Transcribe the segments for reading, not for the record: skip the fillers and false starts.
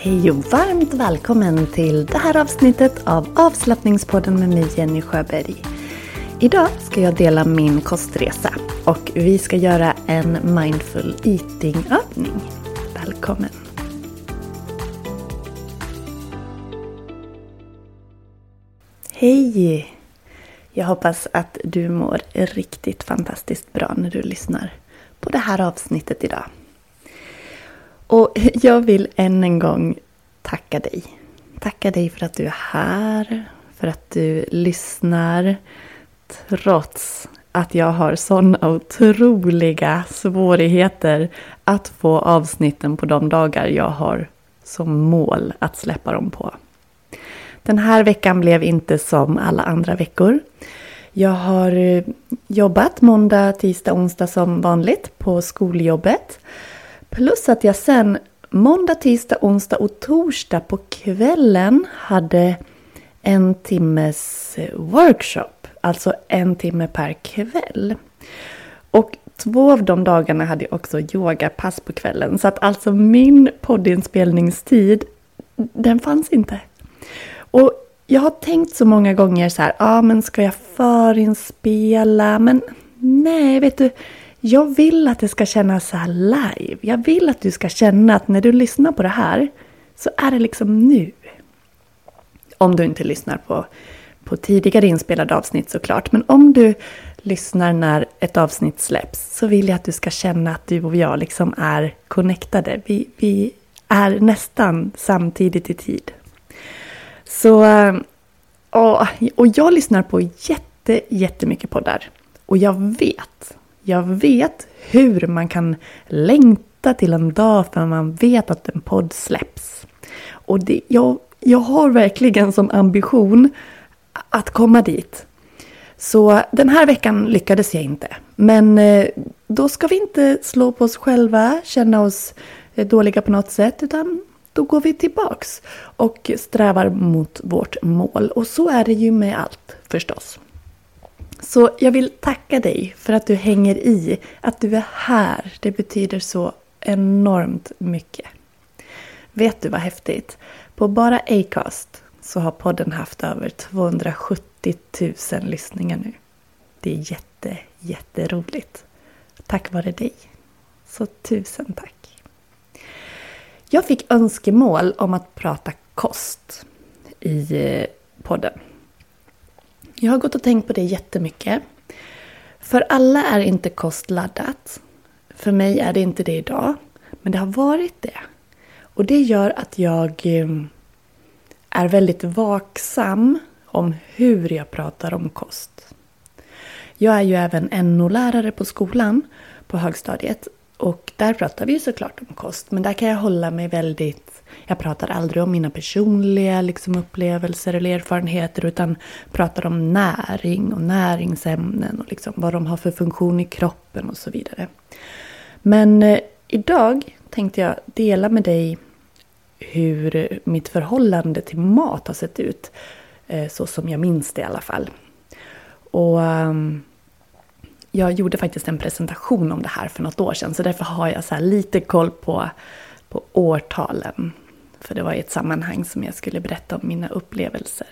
Hej och varmt välkommen till det här avsnittet av avslappningspodden med mig Jenny Sjöberg. Idag ska jag dela min kostresa och vi ska göra en mindful eating-övning. Välkommen! Hej! Jag hoppas att du mår riktigt fantastiskt bra när du lyssnar på det här avsnittet idag. Och jag vill än en gång tacka dig. Tacka dig för att du är här, för att du lyssnar. Trots att jag har sådana otroliga svårigheter att få avsnitten på de dagar jag har som mål att släppa dem på. Den här veckan blev inte som alla andra veckor. Jag har jobbat måndag, tisdag, onsdag som vanligt på skoljobbet. Plus att jag sen måndag, tisdag, onsdag och torsdag på kvällen hade en timmes workshop. Alltså 1 timme per kväll. Och 2 av de dagarna hade jag också yogapass på kvällen. Så att alltså min poddinspelningstid, den fanns inte. Och jag har tänkt så många gånger så här, men ska jag förinspela? Men nej, vet du, jag vill att det ska kännas så här live. Jag vill att du ska känna att när du lyssnar på det här så är det liksom nu. Om du inte lyssnar på tidigare inspelade avsnitt såklart. Men om du lyssnar när ett avsnitt släpps så vill jag att du ska känna att du och jag liksom är connectade. Vi är nästan samtidigt i tid. Så, och jag lyssnar på jättemycket poddar. Och jag vet hur man kan längta till en dag för man vet att en podd släpps. Och jag har verkligen som ambition att komma dit. Så den här veckan lyckades jag inte. Men då ska vi inte slå på oss själva, känna oss dåliga på något sätt, utan då går vi tillbaks och strävar mot vårt mål. Och så är det ju med allt förstås. Så jag vill tacka dig för att du hänger i, att du är här. Det betyder så enormt mycket. Vet du vad häftigt? På bara Acast så har podden haft över 270 000 lyssningar nu. Det är jätteroligt. Tack vare dig. Så 1000 tack. Jag fick önskemål om att prata kost i podden. Jag har gått och tänkt på det jättemycket. För alla är inte kost laddat. För mig är det inte det idag. Men det har varit det. Och det gör att jag är väldigt vaksam om hur jag pratar om kost. Jag är ju även NO-lärare på skolan på högstadiet. Och där pratar vi ju såklart om kost. Men där kan jag hålla mig väldigt... Jag pratar aldrig om mina personliga upplevelser eller erfarenheter. Utan pratar om näring och näringsämnen. Och vad de har för funktion i kroppen och så vidare. Men idag tänkte jag dela med dig hur mitt förhållande till mat har sett ut. Så som jag minns det i alla fall. Och... jag gjorde faktiskt en presentation om det här för något år sedan. Så därför har jag så här lite koll på årtalen. För det var i ett sammanhang som jag skulle berätta om mina upplevelser.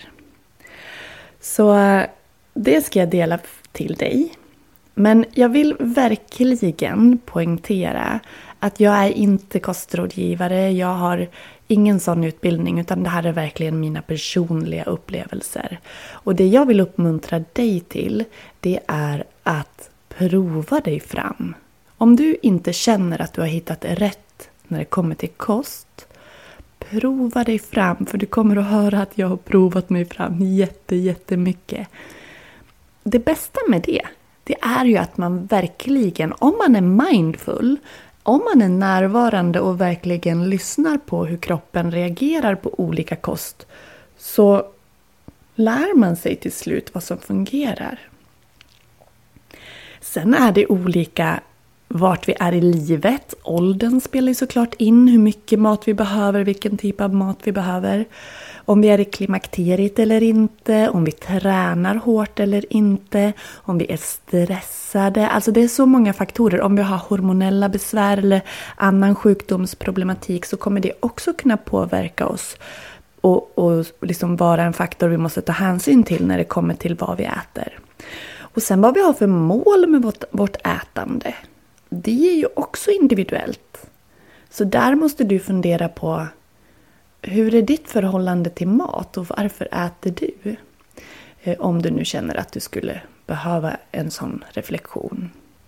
Så det ska jag dela till dig. Men jag vill verkligen poängtera att jag är inte kostrådgivare. Jag har ingen sån utbildning, utan det här är verkligen mina personliga upplevelser. Och det jag vill uppmuntra dig till, det är att prova dig fram. Om du inte känner att du har hittat rätt när det kommer till kost, prova dig fram. För du kommer att höra att jag har provat mig fram jättemycket. Det bästa med det är ju att man verkligen, om man är mindful, om man är närvarande och verkligen lyssnar på hur kroppen reagerar på olika kost, så lär man sig till slut vad som fungerar. Sen är det olika vart vi är i livet. Åldern spelar ju såklart in, hur mycket mat vi behöver, vilken typ av mat vi behöver. Om vi är i klimakteriet eller inte, om vi tränar hårt eller inte, om vi är stressade. Alltså det är så många faktorer. Om vi har hormonella besvär eller annan sjukdomsproblematik så kommer det också kunna påverka oss. Och liksom vara en faktor vi måste ta hänsyn till när det kommer till vad vi äter. Och sen vad vi har för mål med vårt ätande. Det är ju också individuellt. Så där måste du fundera på hur är ditt förhållande till mat och varför äter du? Om du nu känner att du skulle behöva en sån reflektion.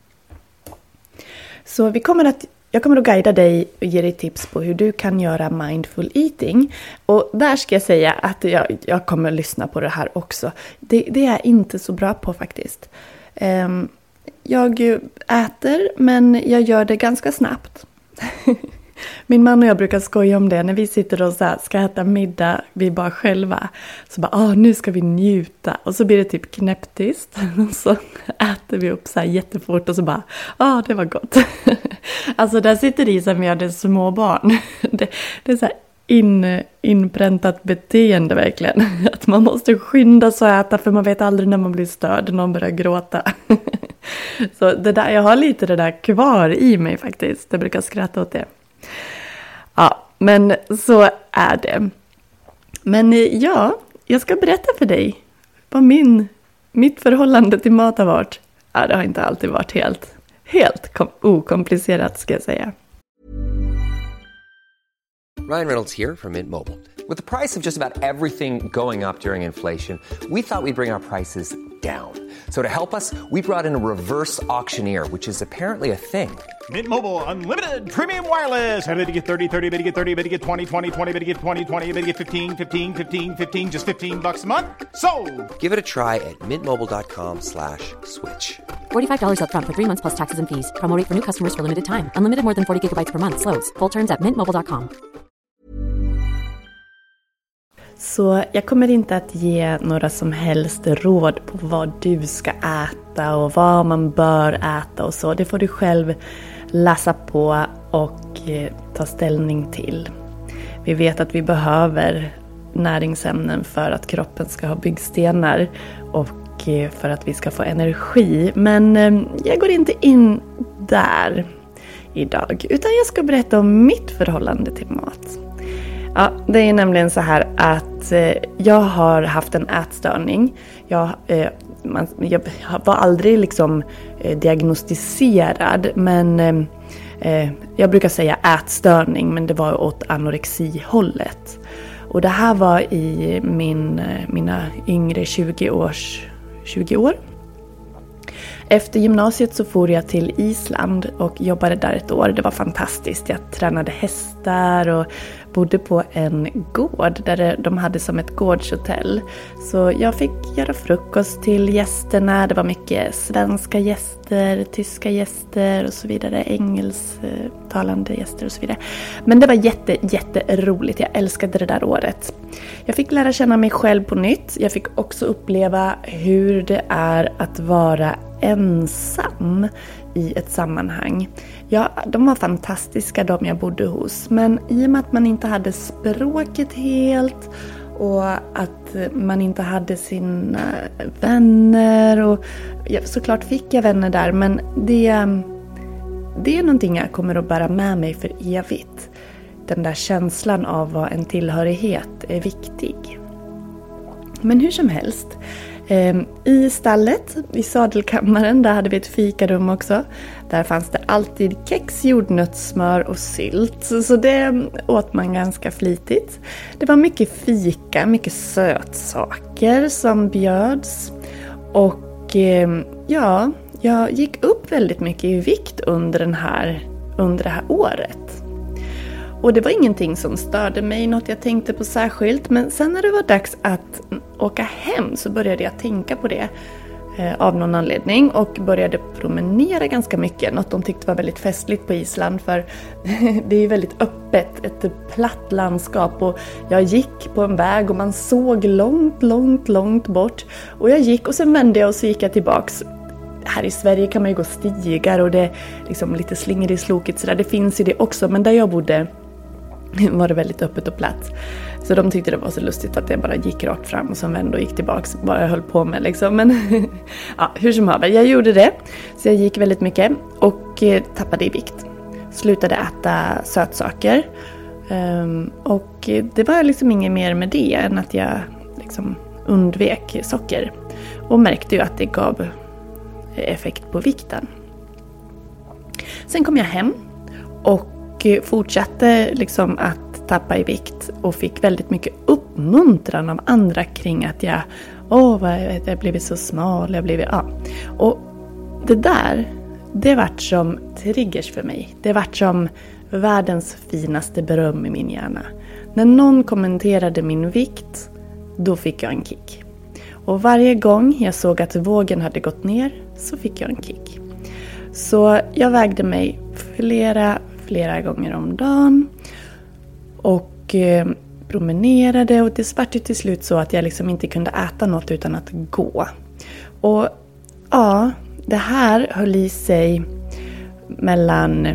Så jag kommer att guida dig och ge dig tips på hur du kan göra mindful eating. Och där ska jag säga att jag kommer att lyssna på det här också. Det är jag inte så bra på faktiskt. Jag äter men jag gör det ganska snabbt. Min man och jag brukar skoja om det när vi sitter och ska äta middag, vi bara själva. Så bara, nu ska vi njuta. Och så blir det typ knäpptyst. Och så äter vi upp så här jättefort och så bara, det var gott. Alltså där sitter i som vi hade små barn. Det är så här inpräntat beteende verkligen. Att man måste skynda sig att äta för man vet aldrig när man blir störd, någon börjar gråta. Så jag har lite det där kvar i mig faktiskt. Jag brukar skratta åt det. Ja, men så är det. Men jag ska berätta för dig vad mitt förhållande till mat har varit. Ja, det har inte alltid varit helt okomplicerat ska jag säga. Ryan Reynolds here from Mint Mobile. With the price of just about everything going up during inflation, we thought we'd bring our prices down. So to help us, we brought in a reverse auctioneer, which is apparently a thing. Mint Mobile Unlimited Premium Wireless. How to get 30, 30, bit to get 30, bit to get 20, 20, 20, bit to get 20, 20, bit to get 15, 15, 15, 15, just $15 a month? Sold! Give it a try at mintmobile.com/switch. $45 up front for 3 months plus taxes and fees. Promo rate for new customers for limited time. Unlimited more than 40 gigabytes per month. Slows full terms at mintmobile.com. Så jag kommer inte att ge några som helst råd på vad du ska äta och vad man bör äta och så. Det får du själv läsa på och ta ställning till. Vi vet att vi behöver näringsämnen för att kroppen ska ha byggstenar och för att vi ska få energi. Men jag går inte in där idag utan jag ska berätta om mitt förhållande till mat. Ja, det är nämligen så här att jag har haft en ätstörning. Jag var aldrig liksom diagnostiserad, men jag brukar säga ätstörning, men det var åt anorexihållet. Och det här var i mina yngre 20 år. Efter gymnasiet så for jag till Island och jobbade där ett år. Det var fantastiskt. Jag tränade hästar och bodde på en gård där de hade som ett gårdshotell. Så jag fick göra frukost till gästerna. Det var mycket svenska gäster, tyska gäster och så vidare. Engelsktalande gäster och så vidare. Men det var jätteroligt. Jag älskade det där året. Jag fick lära känna mig själv på nytt. Jag fick också uppleva hur det är att vara ensam i ett sammanhang. Ja, de var fantastiska de jag bodde hos. Men i och med att man inte hade språket helt och att man inte hade sina vänner. Och såklart fick jag vänner där, men det är någonting jag kommer att bära med mig för evigt. Den där känslan av vad en tillhörighet är viktig. Men hur som helst. I stallet, i sadelkammaren, där hade vi ett fikarum också. Där fanns det alltid kex, jordnötssmör och sylt. Så det åt man ganska flitigt. Det var mycket fika, mycket sötsaker som bjöds. Och jag gick upp väldigt mycket i vikt under det här året. Och det var ingenting som störde mig, något jag tänkte på särskilt. Men sen när det var dags att åka hem så började jag tänka på det av någon anledning. Och började promenera ganska mycket. Något de tyckte var väldigt festligt på Island. För det är väldigt öppet, ett platt landskap. Och jag gick på en väg och man såg långt bort. Och jag gick och sen vände jag och så gick jag tillbaks. här i Sverige kan man ju gå stigar och det är liksom lite slingor i sloket så där. Det finns ju det också, men där jag bodde var det väldigt öppet och platt. Så de tyckte det var så lustigt att jag bara gick rakt fram och sen vände och gick tillbaks. Bara jag höll på med liksom. Men ja, hur som haver, jag gjorde det. Så jag gick väldigt mycket och tappade i vikt. Slutade äta sötsaker. Och det var liksom inget mer med det än att jag liksom undvek socker. Och märkte ju att det gav effekt på vikten. Sen kom jag hem och fortsatte liksom att tappa i vikt och fick väldigt mycket uppmuntran av andra kring att jag blivit så smal, Och det vart som triggers för mig. Det vart som världens finaste beröm i min hjärna. När någon kommenterade min vikt, då fick jag en kick. Och varje gång jag såg att vågen hade gått ner så fick jag en kick. Så jag vägde mig flera gånger om dagen och promenerade, och det var till slut så att jag liksom inte kunde äta något utan att gå. Och ja, det här höll i sig mellan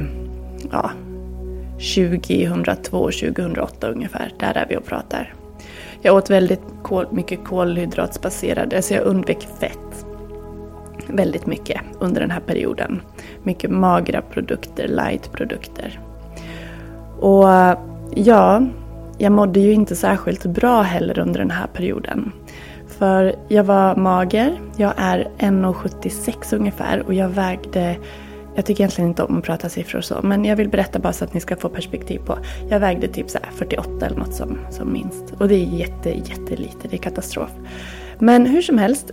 2002 och 2008 ungefär. Där är vi och pratar. Jag åt väldigt mycket kolhydratsbaserade, så jag undvek fett väldigt mycket under den här perioden. Mycket magra produkter, light-produkter. Och ja, jag mådde ju inte särskilt bra heller under den här perioden. För jag var mager, jag är 1,76 ungefär och jag vägde, jag tycker egentligen inte om att prata siffror så, men jag vill berätta bara så att ni ska få perspektiv på. Jag vägde typ så här 48 eller något som minst. Och det är jättelite, det är katastrof. Men hur som helst,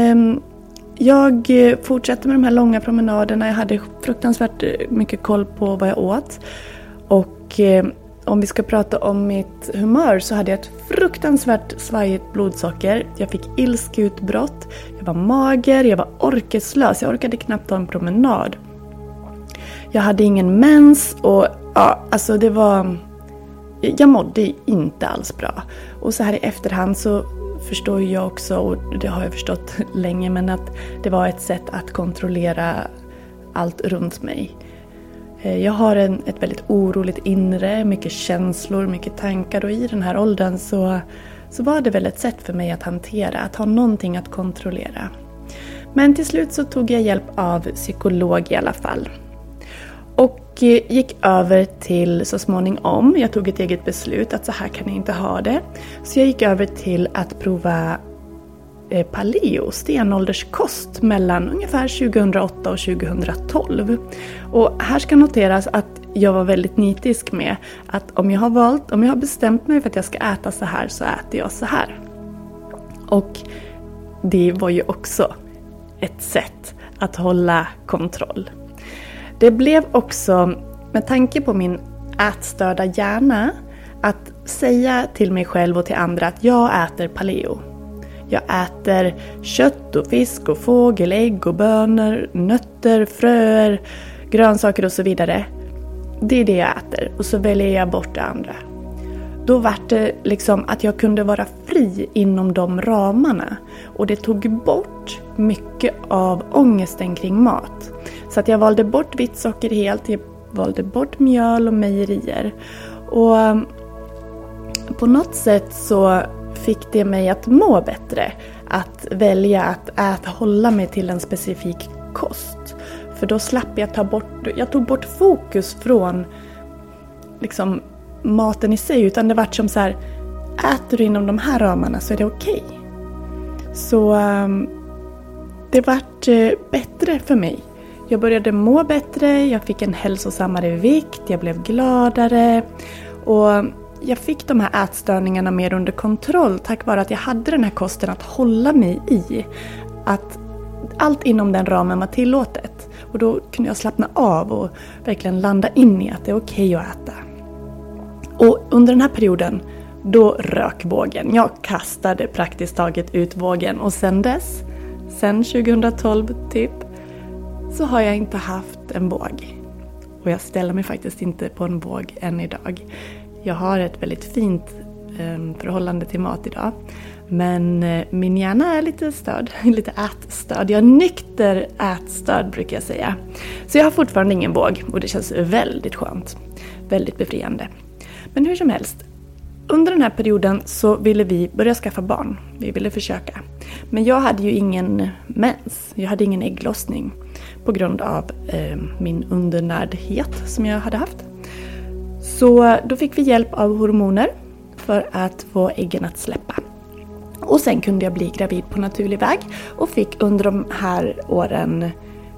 jag fortsatte med de här långa promenaderna. Jag hade fruktansvärt mycket koll på vad jag åt. Och om vi ska prata om mitt humör så hade jag ett fruktansvärt svajigt blodsocker. Jag fick ilskeutbrott. Jag var mager, jag var orkeslös. Jag orkade knappt ta en promenad. Jag hade ingen mens och alltså det var... Jag mådde inte alls bra. Och så här i efterhand så förstår jag också, och det har jag förstått länge, men att det var ett sätt att kontrollera allt runt mig. Jag har ett väldigt oroligt inre, mycket känslor, mycket tankar, och i den här åldern så var det väl ett sätt för mig att hantera, att ha någonting att kontrollera. Men till slut så tog jag hjälp av psykolog i alla fall. Och gick över till så småningom, jag tog ett eget beslut att så här kan jag inte ha det. Så jag gick över till att prova paleo, stenålderskost, mellan ungefär 2008 och 2012. Och här ska noteras att jag var väldigt nitisk med att om jag har bestämt mig för att jag ska äta så här, så äter jag så här. Och det var ju också ett sätt att hålla kontroll. Det blev också, med tanke på min ätstörda hjärna, att säga till mig själv och till andra att jag äter paleo. Jag äter kött och fisk och fågel, ägg och bönor, nötter, fröer, grönsaker och så vidare. Det är det jag äter, och så väljer jag bort det andra. Då var det liksom att jag kunde vara fri inom de ramarna. Och det tog bort mycket av ångesten kring mat. Så att jag valde bort vitt socker helt. Jag valde bort mjöl och mejerier. Och på något sätt så fick det mig att må bättre. Att välja att hålla mig till en specifik kost. För då slapp jag tog bort fokus från liksom maten i sig, utan det var som så här, äter du inom de här ramarna så är det okej. Så det vart bättre för mig. Jag började må bättre, jag fick en hälsosammare vikt, jag blev gladare och jag fick de här ätstörningarna mer under kontroll tack vare att jag hade den här kosten att hålla mig i. Att allt inom den ramen var tillåtet, och då kunde jag slappna av och verkligen landa in i att det är okej att äta. Och under den här perioden, då rök vågen. Jag kastade praktiskt taget ut vågen. Och sen 2012 typ, så har jag inte haft en våg. Och jag ställer mig faktiskt inte på en våg än idag. Jag har ett väldigt fint förhållande till mat idag. Men min hjärna är lite störd, lite ätstörd. Jag är nykter ätstörd brukar jag säga. Så jag har fortfarande ingen våg och det känns väldigt skönt. Väldigt befriande. Men hur som helst, under den här perioden så ville vi börja skaffa barn. Vi ville försöka. Men jag hade ju ingen mens. Jag hade ingen ägglossning på grund av min undernärdhet som jag hade haft. Så då fick vi hjälp av hormoner för att få äggen att släppa. Och sen kunde jag bli gravid på naturlig väg och fick under de här åren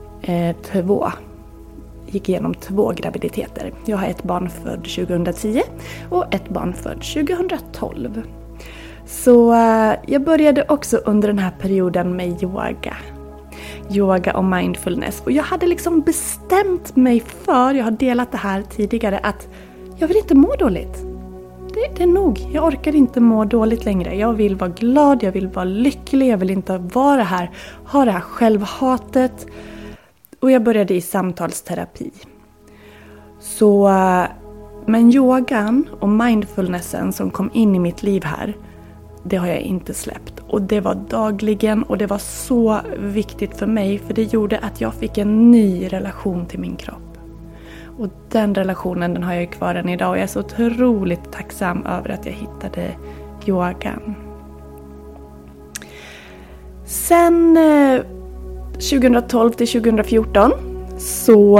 gick igenom 2 graviditeter. Jag har ett barn född 2010 och ett barn född 2012. Så jag började också under den här perioden med yoga och mindfulness. Och jag hade liksom bestämt mig för, jag har delat det här tidigare, att jag vill inte må dåligt. Det är nog. Jag orkar inte må dåligt längre. Jag vill vara glad, jag vill vara lycklig, jag vill inte vara ha det här självhatet. Och jag började i samtalsterapi. Så, men yogan och mindfulnessen som kom in i mitt liv här, det har jag inte släppt. Och det var dagligen och det var så viktigt för mig, för det gjorde att jag fick en ny relation till min kropp. Och den relationen, den har jag kvar än idag och jag är så otroligt tacksam över att jag hittade yogan. Sen 2012 till 2014 så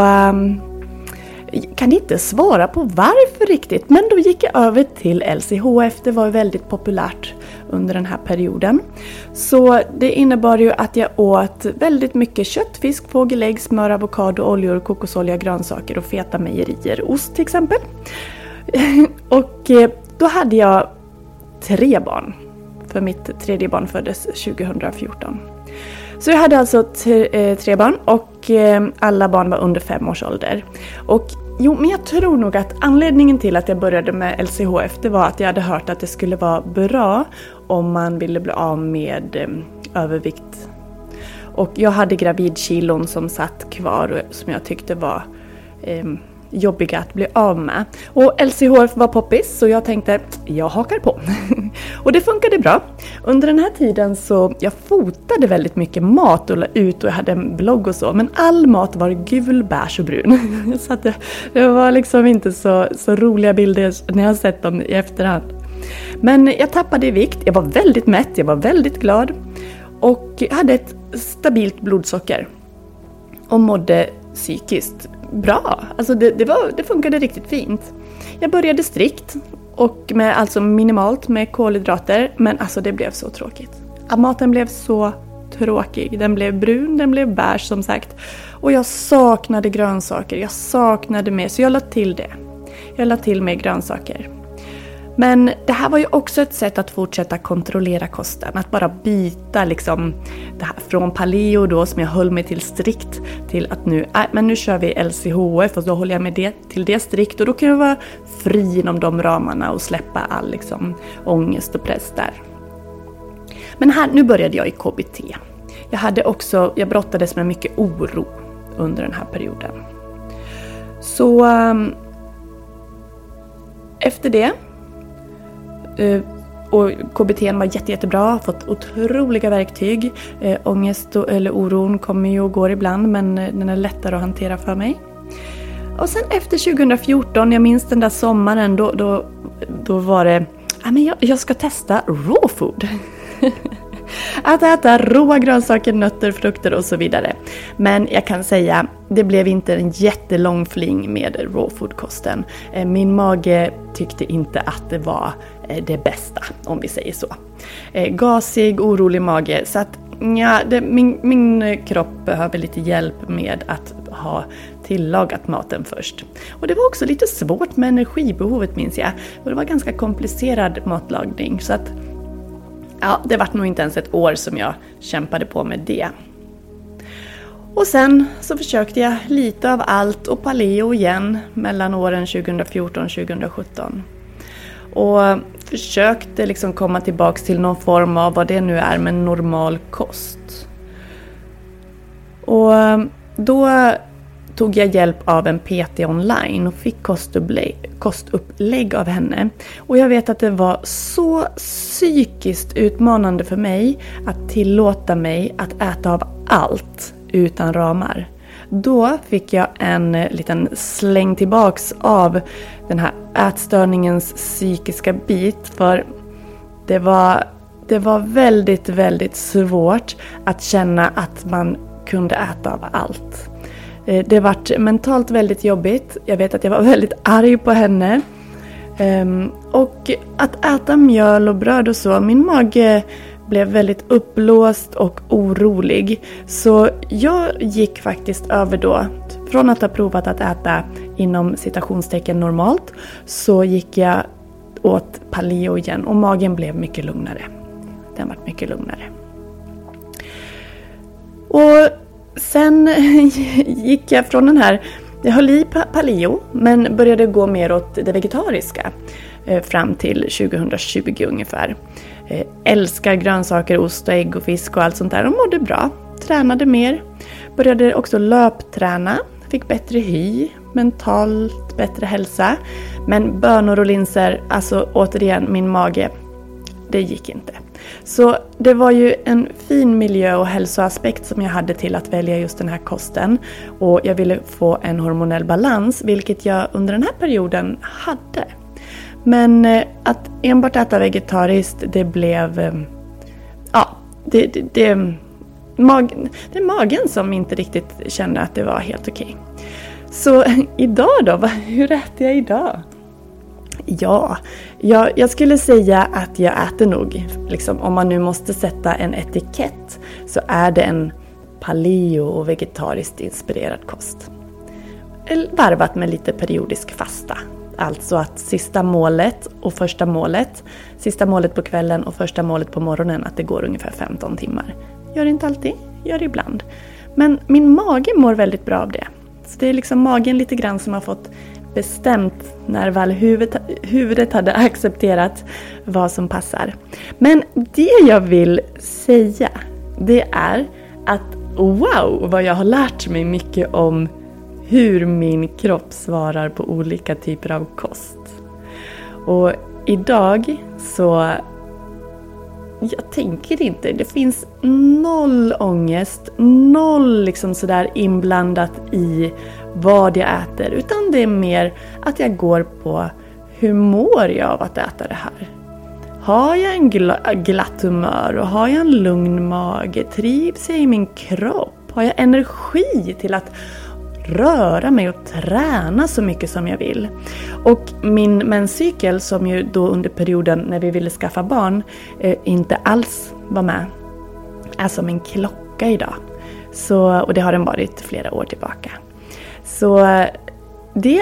kan inte svara på varför riktigt, men då gick jag över till LCHF. Det var väldigt populärt under den här perioden. Så det innebar ju att jag åt väldigt mycket kött, fisk, fågelägg, smör, avokado, oljor, kokosolja, grönsaker och feta mejerier, ost till exempel. Och då hade jag 3 barn, för mitt 3:e barn föddes 2014. Så jag hade alltså 3 barn och alla barn var under 5 års ålder. Och men jag tror nog att anledningen till att jag började med LCHF, det var att jag hade hört att det skulle vara bra om man ville bli av med övervikt. Och jag hade gravidkilon som satt kvar och som jag tyckte var jobbiga att bli av med. Och LCHF var poppis så jag tänkte, jag hakar på. Och det funkade bra. Under den här tiden så jag fotade väldigt mycket mat och la ut och jag hade en blogg och så. Men all mat var gul, beige och brun. Så att det var liksom inte så roliga bilder när jag sett dem i efterhand. Men jag tappade i vikt, jag var väldigt mätt, jag var väldigt glad. Och jag hade ett stabilt blodsocker. Och mådde psykiskt bra. Alltså det funkade riktigt fint. Jag började strikt och alltså minimalt med kolhydrater, men alltså det blev så tråkigt. Maten blev så tråkig. Den blev brun, den blev beige som sagt. Och jag saknade grönsaker, jag saknade mer, så jag la till det. Jag la till mer grönsaker. Men det här var ju också ett sätt att fortsätta kontrollera kosten. Att bara byta liksom det här från paleo då som jag höll mig till strikt till att nu kör vi LCHF och då håller jag med till det strikt. Och då kan jag vara fri inom de ramarna och släppa all liksom ångest och press där. Men nu började jag i KBT. Jag brottades med mycket oro under den här perioden. Så efter det och KBT:n var jättebra, fått otroliga verktyg. Ångest eller oron kommer ju och går ibland, men den är lättare att hantera för mig. Och sen efter 2014, jag minns den där sommaren, då var det, jag ska testa raw food. Att äta råa grönsaker, nötter, frukter och så vidare. Men jag kan säga, det blev inte en jättelång fling med raw food-kosten. Min mage tyckte inte att det var det bästa, om vi säger så. Gasig, orolig mage. Så att min kropp behöver lite hjälp med att ha tillagat maten först. Och det var också lite svårt med energibehovet, minns jag. Och det var ganska komplicerad matlagning. Så att det var nog inte ens ett år som jag kämpade på med det. Och sen så försökte jag lite av allt och paleo igen mellan åren 2014 och 2017. Och försökte liksom komma tillbaks till någon form av vad det nu är med normal kost. Och då tog jag hjälp av en PT online och fick kostupplägg av henne. Och jag vet att det var så psykiskt utmanande för mig att tillåta mig att äta av allt utan ramar. Då fick jag en liten släng tillbaks av den här ätstörningens psykiska bit, för det var väldigt, väldigt svårt att känna att man kunde äta av allt. Det var mentalt väldigt jobbigt. Jag vet att jag var väldigt arg på henne. Och att äta mjöl och bröd och så, min mage blev väldigt uppblåst och orolig. Så jag gick faktiskt över då. Från att ha provat att äta inom citationstecken normalt, så gick jag åt paleo igen och magen blev mycket lugnare. Den var mycket lugnare. Och sen gick jag från den här, jag höll i paleo men började gå mer åt det vegetariska fram till 2020 ungefär. Älskar grönsaker, ost och ägg och fisk och allt sånt där, och mådde bra. Tränade mer. Började också löpträna. Fick bättre hy, mentalt bättre hälsa. Men bönor och linser, alltså återigen min mage, det gick inte. Så det var ju en fin miljö- och hälsoaspekt som jag hade till att välja just den här kosten. Och jag ville få en hormonell balans, vilket jag under den här perioden hade. Men att enbart äta vegetariskt, det blev... Det är magen som inte riktigt kände att det var helt okej. Så idag då? Hur äter jag idag? Ja, jag skulle säga att jag äter nog, liksom, om man nu måste sätta en etikett, så är det en paleo och vegetariskt inspirerad kost. Varvat med lite periodisk fasta. Alltså att sista målet på kvällen och första målet på morgonen, att det går ungefär 15 timmar. Gör det inte alltid, gör det ibland. Men min mage mår väldigt bra av det. Så det är liksom magen lite grann som har fått bestämt när väl huvudet hade accepterat vad som passar. Men det jag vill säga, det är att wow, vad jag har lärt mig mycket om hur min kropp svarar på olika typer av kost. Och idag så, jag tänker inte, det finns noll ångest, noll liksom sådär inblandat i vad jag äter, utan det är mer att jag går på hur mår jag av att äta det här. Har jag en glatt humör och har jag en lugn mage, trivs jag i min kropp, har jag energi till att röra mig och träna så mycket som jag vill. Och min menscykel, som ju då under perioden när vi ville skaffa barn inte alls var med, är som en klocka idag. Så, och det har den varit flera år tillbaka. Så det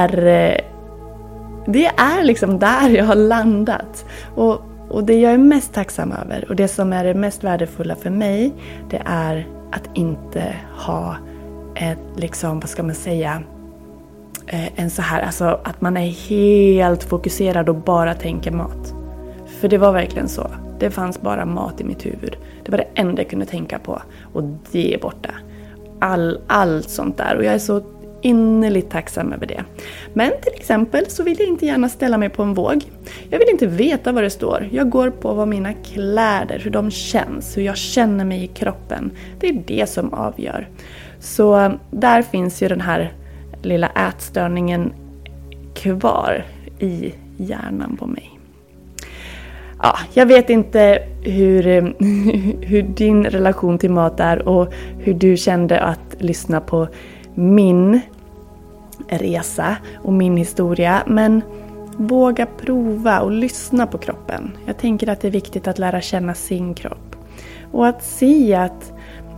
är liksom där jag har landat. Och det jag är mest tacksam över, och det som är det mest värdefulla för mig, det är att inte ha liksom, vad ska man säga, en så här, alltså att man är helt fokuserad och bara tänker mat. För det var verkligen så. Det fanns bara mat i mitt huvud. Det var det enda jag kunde tänka på. Och det är borta. Allt sånt där. Och jag är så innerligt tacksam över det. Men till exempel så vill jag inte gärna ställa mig på en våg. Jag vill inte veta vad det står. Jag går på vad mina kläder, hur de känns, hur jag känner mig i kroppen. Det är det som avgör. Så där finns ju den här lilla ätstörningen kvar i hjärnan på mig. Ja, jag vet inte hur din relation till mat är och hur du kände att lyssna på min resa och min historia. Men våga prova och lyssna på kroppen. Jag tänker att det är viktigt att lära känna sin kropp. Och att se att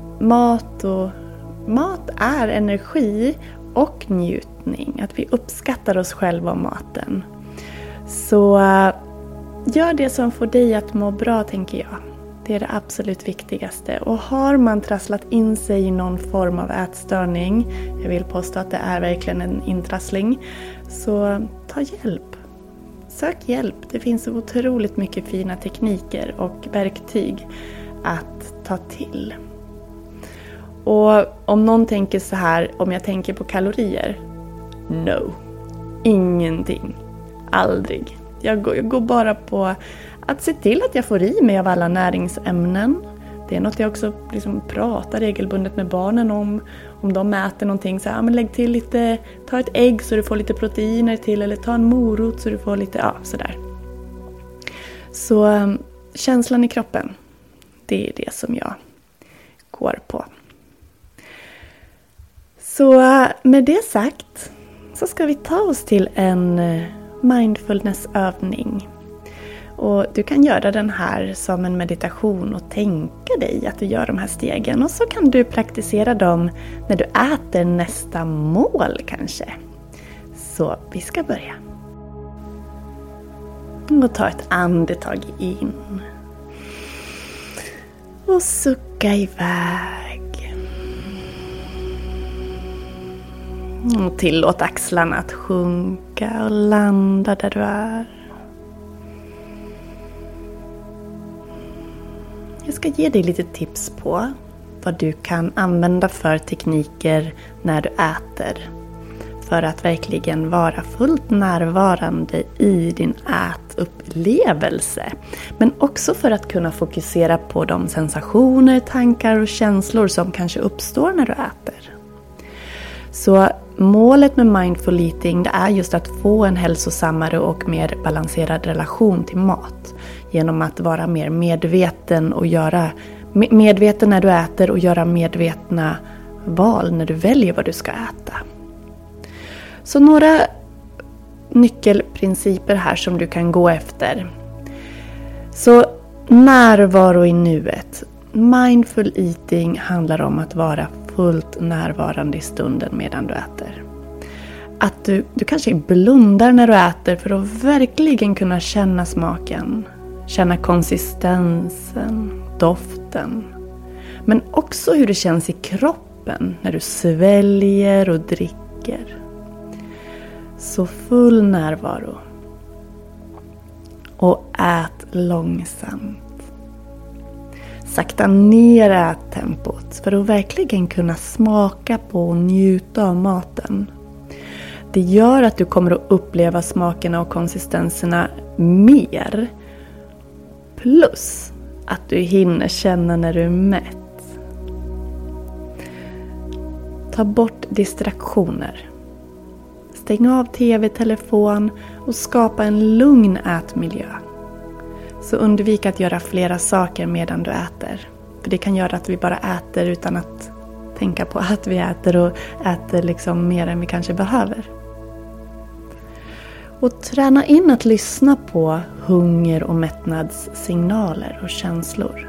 mat är energi och njutning. Att vi uppskattar oss själva och maten. Så gör det som får dig att må bra, tänker jag. Det är det absolut viktigaste. Och har man trasslat in sig i någon form av ätstörning, jag vill påstå att det är verkligen en intrassling, så ta hjälp. Sök hjälp. Det finns så otroligt mycket fina tekniker och verktyg att ta till. Och om någon tänker så här, om jag tänker på kalorier? No, ingenting. Aldrig. Jag går bara på att se till att jag får i mig av alla näringsämnen. Det är något jag också liksom pratar regelbundet med barnen om. Om de äter någonting så här, men lägg till lite, ta ett ägg så du får lite proteiner till. Eller ta en morot så du får lite, sådär. Så känslan i kroppen, det är det som jag går på. Så med det sagt så ska vi ta oss till en mindfulnessövning. Och du kan göra den här som en meditation och tänka dig att du gör de här stegen. Och så kan du praktisera dem när du äter nästa mål kanske. Så vi ska börja. Och ta ett andetag in. Och sucka iväg. Och tillåt axlarna att sjunka och landa där du är. Jag ska ge dig lite tips på vad du kan använda för tekniker när du äter. För att verkligen vara fullt närvarande i din ätupplevelse. Men också för att kunna fokusera på de sensationer, tankar och känslor som kanske uppstår när du äter. Så målet med mindful eating, det är just att få en hälsosammare och mer balanserad relation till mat. Genom att vara mer medveten och göra medveten när du äter och göra medvetna val när du väljer vad du ska äta. Så några nyckelprinciper här som du kan gå efter. Så närvaro i nuet. Mindful eating handlar om att vara fullt närvarande i stunden medan du äter. Att du kanske blundar när du äter för att verkligen kunna känna smaken. Känna konsistensen, doften. Men också hur det känns i kroppen när du sväljer och dricker. Så full närvaro. Och ät långsamt. Sakta ner ättempot för att verkligen kunna smaka på och njuta av maten. Det gör att du kommer att uppleva smakerna och konsistenserna mer. Plus att du hinner känna när du är mätt. Ta bort distraktioner. Stäng av tv, telefon och skapa en lugn ätmiljö. Så undvik att göra flera saker medan du äter. För det kan göra att vi bara äter utan att tänka på att vi äter och äter liksom mer än vi kanske behöver. Och träna in att lyssna på hunger- och mättnadssignaler och känslor.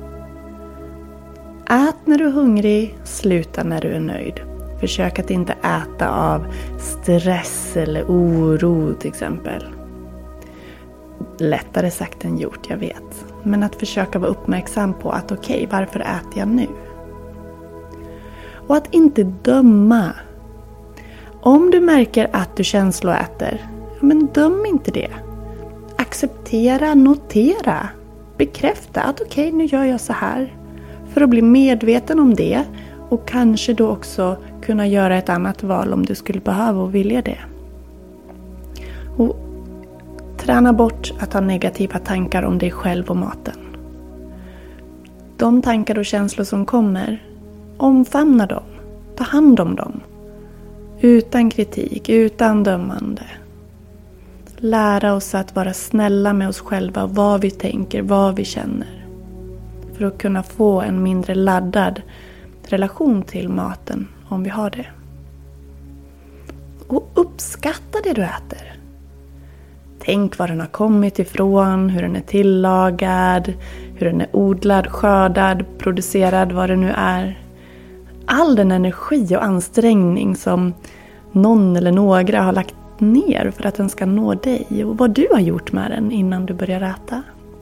Ät när du är hungrig, sluta när du är nöjd. Försök att inte äta av stress eller oro till exempel. Lättare sagt än gjort, jag vet. Men att försöka vara uppmärksam på att okej, varför äter jag nu? Och att inte döma. Om du märker att du känsloäter, men döm inte det. Acceptera, notera, bekräfta att okej, nu gör jag så här. För att bli medveten om det och kanske då också kunna göra ett annat val om du skulle behöva och vilja det. Och träna bort att ha negativa tankar om dig själv och maten. De tankar och känslor som kommer, omfamna dem. Ta hand om dem. Utan kritik, utan dömande. Lära oss att vara snälla med oss själva, vad vi tänker, vad vi känner. För att kunna få en mindre laddad relation till maten om vi har det. Och uppskatta det du äter. Tänk var den har kommit ifrån, hur den är tillagad, hur den är odlad, skördad, producerad, vad det nu är. All den energi och ansträngning som någon eller några har lagt ner för att den ska nå dig och vad du har gjort med den innan du börjar äta.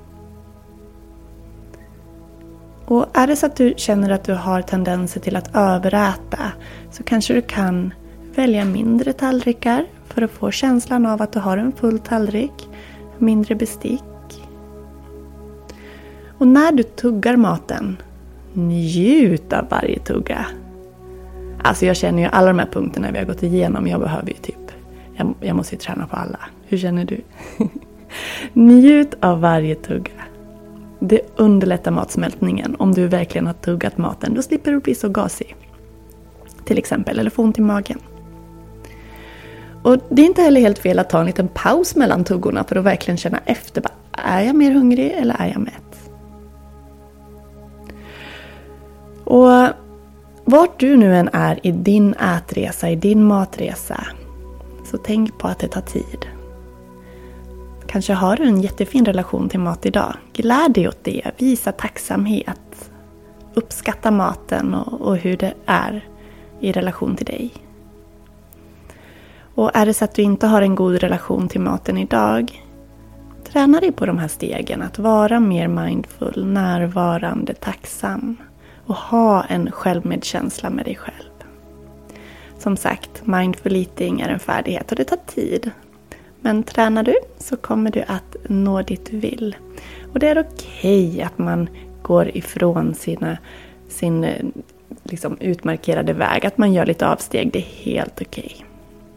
Och är det så att du känner att du har tendenser till att överäta så kanske du kan välja mindre tallrikar för att få känslan av att du har en full tallrik, mindre bestick. Och när du tuggar maten, Njut av varje tugga. Alltså jag känner ju alla de här punkterna vi har gått igenom. Jag behöver ju typ, jag måste ju träna på alla. Hur känner du? Njut av varje tugga. Det underlättar matsmältningen. Om du verkligen har tuggat maten, då slipper du bli så gasig. Till exempel, eller få ont i magen. Och det är inte heller helt fel att ta en liten paus mellan tuggorna för att verkligen känna efter. Är jag mer hungrig eller är jag mätt? Och vart du nu än är i din ätresa, i din matresa, så tänk på att det tar tid. Kanske har du en jättefin relation till mat idag. Gläd dig åt det, visa tacksamhet, uppskatta maten och hur det är i relation till dig. Och är det så att du inte har en god relation till maten idag, träna dig på de här stegen. Att vara mer mindful, närvarande, tacksam och ha en självmedkänsla med dig själv. Som sagt, mindful eating är en färdighet och det tar tid. Men tränar du så kommer du att nå dit du vill. Och det är okej att man går ifrån sin liksom utmarkerade väg. Att man gör lite avsteg, det är helt okej.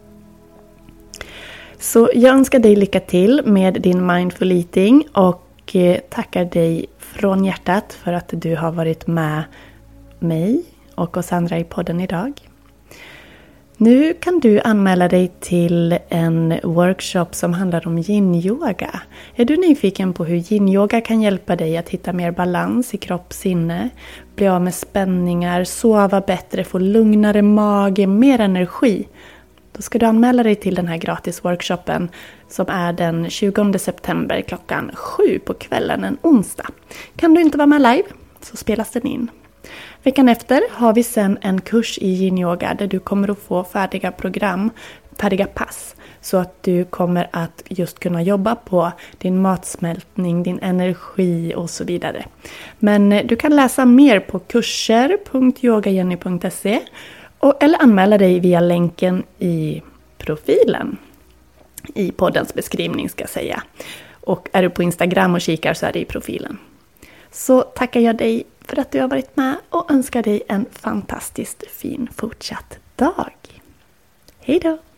Så jag önskar dig lycka till med din mindful eating och tackar dig från hjärtat för att du har varit med mig och oss andra i podden idag. Nu kan du anmäla dig till en workshop som handlar om yin-yoga. Är du nyfiken på hur yin-yoga kan hjälpa dig att hitta mer balans i kropp och sinne, bli av med spänningar, sova bättre, få lugnare mage, mer energi? Då ska du anmäla dig till den här gratis workshopen som är den 20 september klockan 7 på kvällen, en onsdag. Kan du inte vara med live så spelas den in. Veckan efter har vi sen en kurs i yin-yoga där du kommer att få färdiga pass. Så att du kommer att just kunna jobba på din matsmältning, din energi och så vidare. Men du kan läsa mer på kurser.yogajenny.se eller anmäla dig via länken i profilen. I poddens beskrivning ska jag säga. Och är du på Instagram och kikar så är det i profilen. Så tackar jag dig för att du har varit med och önskar dig en fantastiskt fin fortsatt dag. Hej då!